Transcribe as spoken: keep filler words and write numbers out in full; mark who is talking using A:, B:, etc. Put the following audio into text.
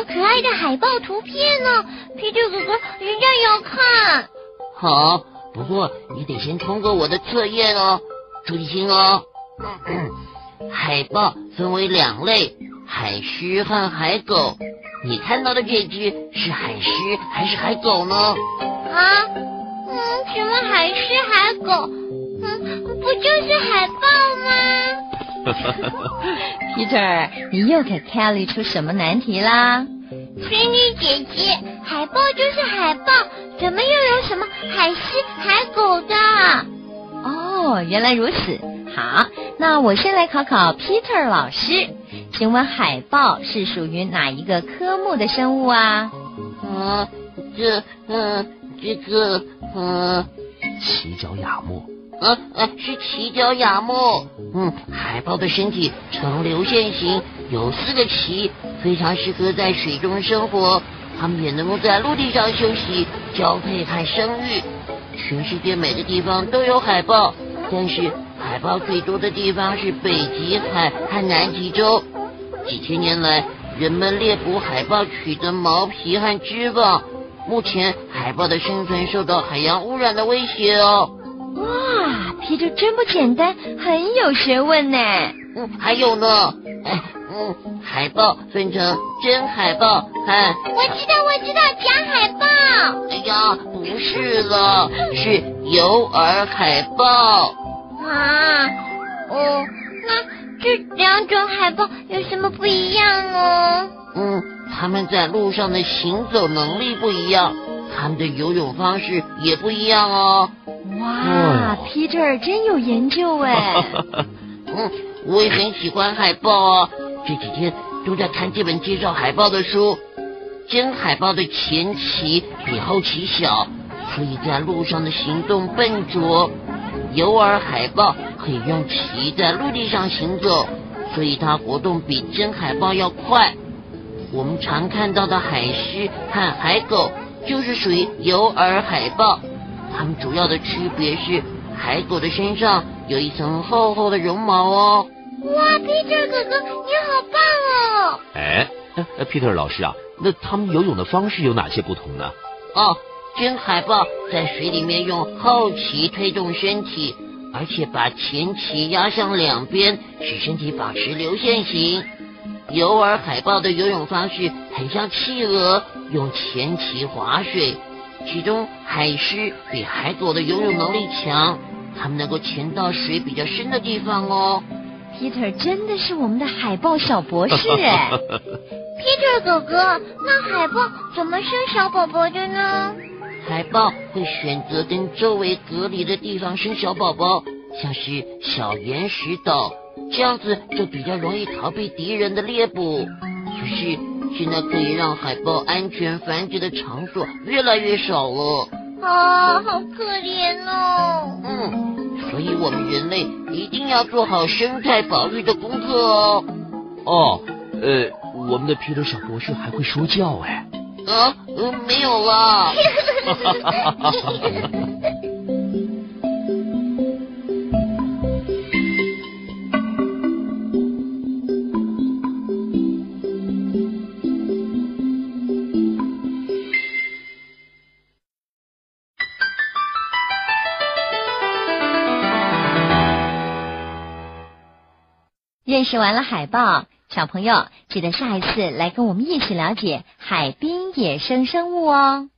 A: 可爱的海豹图片呢，皮特哥哥，人家也要看。
B: 好，不过你得先通过我的测验哦，注意听哦。海豹分为两类，海狮和海狗。你看到的这只是海狮还是海狗呢？
A: 啊，嗯，什么海狮海狗？嗯，不就是海豹吗
C: ？Peter， 你又给 Kelly 出什么难题啦？
A: 仙女姐姐，海豹就是海豹，怎么又有什么海狮海狗的？
C: 哦，原来如此。好，那我先来考考 Peter 老师，请问海豹是属于哪一个科目的生物啊？
B: 啊，这，嗯、呃，这个，嗯、呃，
D: 鳍脚亚目。
B: 啊啊，是鳍脚亚目。嗯，海豹的身体呈流线型，有四个鳍，非常适合在水中生活。它们也能够在陆地上休息、交配和生育。全世界每个地方都有海豹，但是海豹最多的地方是北极海和南极洲。几千年来，人们猎捕海豹取得毛皮和脂肪。目前，海豹的生存受到海洋污染的威胁哦。
C: 哇，皮特真不简单，很有学问呢。
B: 嗯，还有呢，哎，嗯，海豹分成真海豹和……
A: 我知道，我知道，假海豹。
B: 哎呀，不是了，是有耳海豹。
A: 啊，哦，那这两种海豹有什么不一样呢？
B: 嗯，它们在路上的行走能力不一样，它们的游泳方式也不一样哦。
C: 哇、哦、，Peter 真有研究哎。
B: 嗯，我也很喜欢海豹哦，这几天都在看这本介绍海豹的书。真海豹的前鳍比后鳍小，所以在路上的行动笨拙。有耳海豹可以用鳍在陆地上行走，所以它活动比真海豹要快。我们常看到的海狮和海狗就是属于有耳海豹，它们主要的区别是海狗的身上有一层厚厚的绒毛哦。
A: 哇 ，Peter 哥哥，你好棒哦！
D: 哎，呃 ，Peter 老师啊，那他们游泳的方式有哪些不同呢？
B: 哦，真海豹在水里面用后鳍推动身体，而且把前鳍压向两边，使身体保持流线型。有耳海豹的游泳方式很像企鹅，用前鳍划水。其中海狮比海狗的游泳能力强，它们能够潜到水比较深的地方哦。
C: Peter 真的是我们的海豹小博士哎。
A: Peter 哥哥，那海豹怎么生小宝宝的呢？
B: 海豹会选择跟周围隔离的地方生小宝宝，像是小岩石岛，这样子就比较容易逃避敌人的猎捕。可是现在可以让海豹安全繁殖的场所越来越少了。
A: 啊，好可怜哦。
B: 嗯，所以我们人类一定要做好生态保育的功课哦。
D: 哦，呃，我们的皮特小博士还会说教哎。
B: 啊，呃，没有啦。
C: 认识完了海豹，小朋友记得下一次来跟我们一起了解海滨野生生物哦。